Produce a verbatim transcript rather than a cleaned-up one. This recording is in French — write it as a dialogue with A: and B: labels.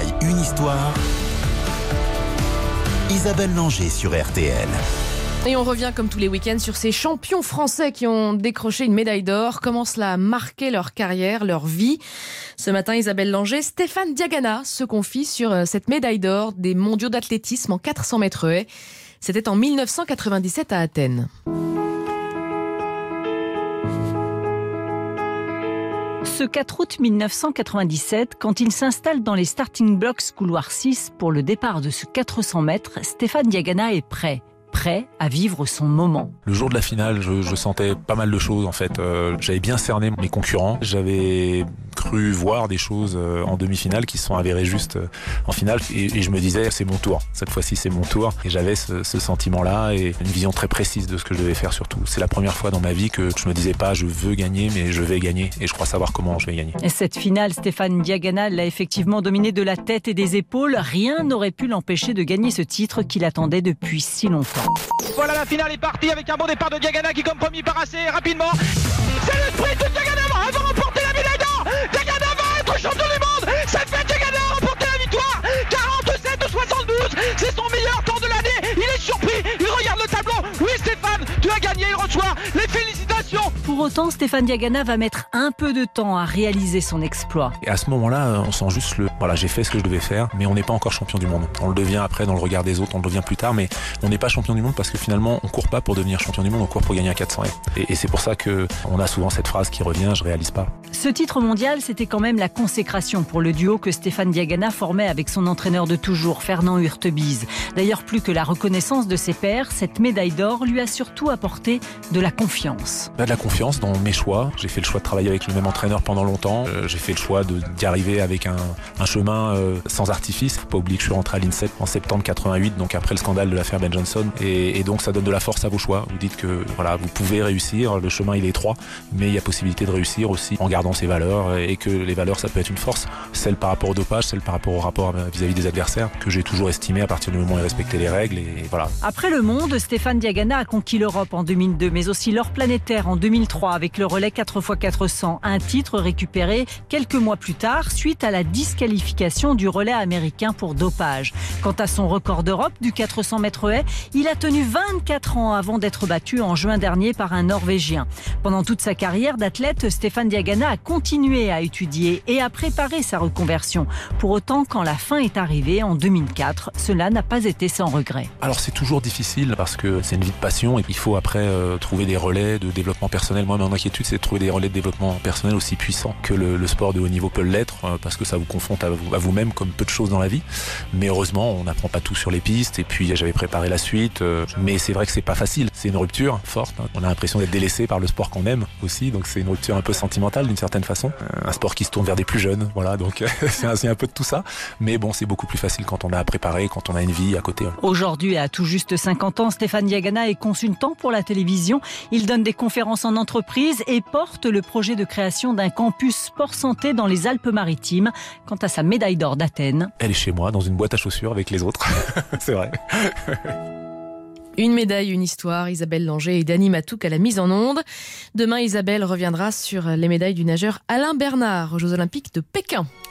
A: médaille, une histoire. Isabelle Langer sur R T L.
B: Et on revient comme tous les week-ends sur ces champions français qui ont décroché une médaille d'or. Comment cela a marqué leur carrière, leur vie. Ce matin, Isabelle Langer, Stéphane Diagana se confie sur cette médaille d'or des mondiaux d'athlétisme en quatre cents mètres haies. C'était en mille neuf cent quatre-vingt-dix-sept à Athènes.
C: Ce quatre août mille neuf cent quatre-vingt-dix-sept, quand il s'installe dans les starting blocks couloir six pour le départ de ce quatre cents mètres, Stéphane Diagana est prêt. prêt à vivre son moment.
D: Le jour de la finale, je, je sentais pas mal de choses en fait. Euh, j'avais bien cerné mes concurrents. J'avais cru voir des choses euh, en demi-finale qui se sont avérées justes euh, en finale. Et, et je me disais, c'est mon tour. Cette fois-ci, c'est mon tour. Et j'avais ce, ce sentiment-là et une vision très précise de ce que je devais faire surtout. C'est la première fois dans ma vie que je me disais pas, je veux gagner, mais je vais gagner. Et je crois savoir comment je vais gagner.
C: Et cette finale, Stéphane Diagana l'a effectivement dominé de la tête et des épaules. Rien n'aurait pu l'empêcher de gagner ce titre qu'il attendait depuis si longtemps.
E: Voilà, la finale est partie avec un bon départ de Diagana qui comme premier part assez rapidement. C'est le sprint de Diagana, elle va remporter la médaille d'or. Diagana va être champion du monde. Ça fait Diagana a remporté la victoire. quarante-sept soixante-douze, c'est son meilleur temps de l'année. Il est surpris, il regarde le tableau. Oui Stéphane, tu as gagné, il reçoit les félicitations.
C: Pour autant, Stéphane Diagana va mettre un peu de temps à réaliser son exploit.
D: Et à ce moment-là, on sent juste le... Voilà, j'ai fait ce que je devais faire, mais on n'est pas encore champion du monde. On le devient après dans le regard des autres, on le devient plus tard, mais on n'est pas champion du monde parce que finalement, on court pas pour devenir champion du monde, on court pour gagner à quatre cents haies. Et, et c'est pour ça qu'on a souvent cette phrase qui revient, je réalise pas.
C: Ce titre mondial, c'était quand même la consécration pour le duo que Stéphane Diagana formait avec son entraîneur de toujours, Fernand Hurtebise. D'ailleurs, plus que la reconnaissance de ses pairs, cette médaille d'or lui a surtout apporté de la confiance.
D: De la confiance dans mes choix. J'ai fait le choix de travailler avec le même entraîneur pendant longtemps. Euh, j'ai fait le choix de, d'y arriver avec un, un chemin euh, sans artifice. Faut pas oublier que je suis rentré à l'INSEP en septembre quatre-vingt-huit, donc après le scandale de l'affaire Ben Johnson. Et, et donc ça donne de la force à vos choix. Vous dites que voilà, vous pouvez réussir, le chemin il est étroit, mais il y a possibilité de réussir aussi en gardant ses valeurs et que les valeurs ça peut être une force. Celle par rapport au dopage, celle par rapport au rapport vis-à-vis des adversaires que j'ai toujours estimé à partir du moment où il respectait les règles et voilà.
C: Après le monde, Stéphane Diagana a conquis l'Europe en deux mille deux, mais aussi l'or planétaire en deux mille trois avec le relais quatre fois quatre cents, un titre récupéré quelques mois plus tard suite à la disqualification du relais américain pour dopage. Quant à son record d'Europe du quatre cents mètres haies, il a tenu vingt-quatre ans avant d'être battu en juin dernier par un Norvégien. Pendant toute sa carrière d'athlète, Stéphane Diagana a continué à étudier et à préparer sa reconversion. Pour autant, quand la fin est arrivée en deux mille quatre, cela n'a pas été sans regret.
D: Alors c'est toujours difficile parce que c'est une vie de passion et il faut après euh, trouver des relais de développement personnel. Moi, mon inquiétude, c'est de trouver des relais de développement personnel aussi puissants que le, le sport de haut niveau peut l'être euh, parce que ça vous confronte à, vous, à vous-même comme peu de choses dans la vie. Mais heureusement, on n'apprend pas tout sur les pistes et puis j'avais préparé la suite. Euh, mais c'est vrai que c'est pas facile. C'est une rupture forte. Hein. On a l'impression d'être délaissé par le sport qu'on aime aussi. Donc c'est une rupture un peu sentimentale d'une certaine façon. Euh, un sport qui se tourne vers des plus jeunes. Voilà, donc c'est, un, c'est un peu de tout ça. Mais bon, c'est beaucoup plus facile quand on a à préparer, quand on a une vie à côté.
C: Aujourd'hui, à tout juste cinquante ans, Stéphane Diagana est consultant pour la télévision. Il donne des conférences en entreprise et porte le projet de création d'un campus sport santé dans les Alpes-Maritimes. Quant à sa médaille d'or d'Athènes,
D: elle est chez moi, dans une boîte à chaussures avec les autres. C'est vrai.
B: Une médaille, une histoire. Isabelle Langer et Dany Matouk à la mise en onde. Demain, Isabelle reviendra sur les médailles du nageur Alain Bernard aux Jeux Olympiques de Pékin.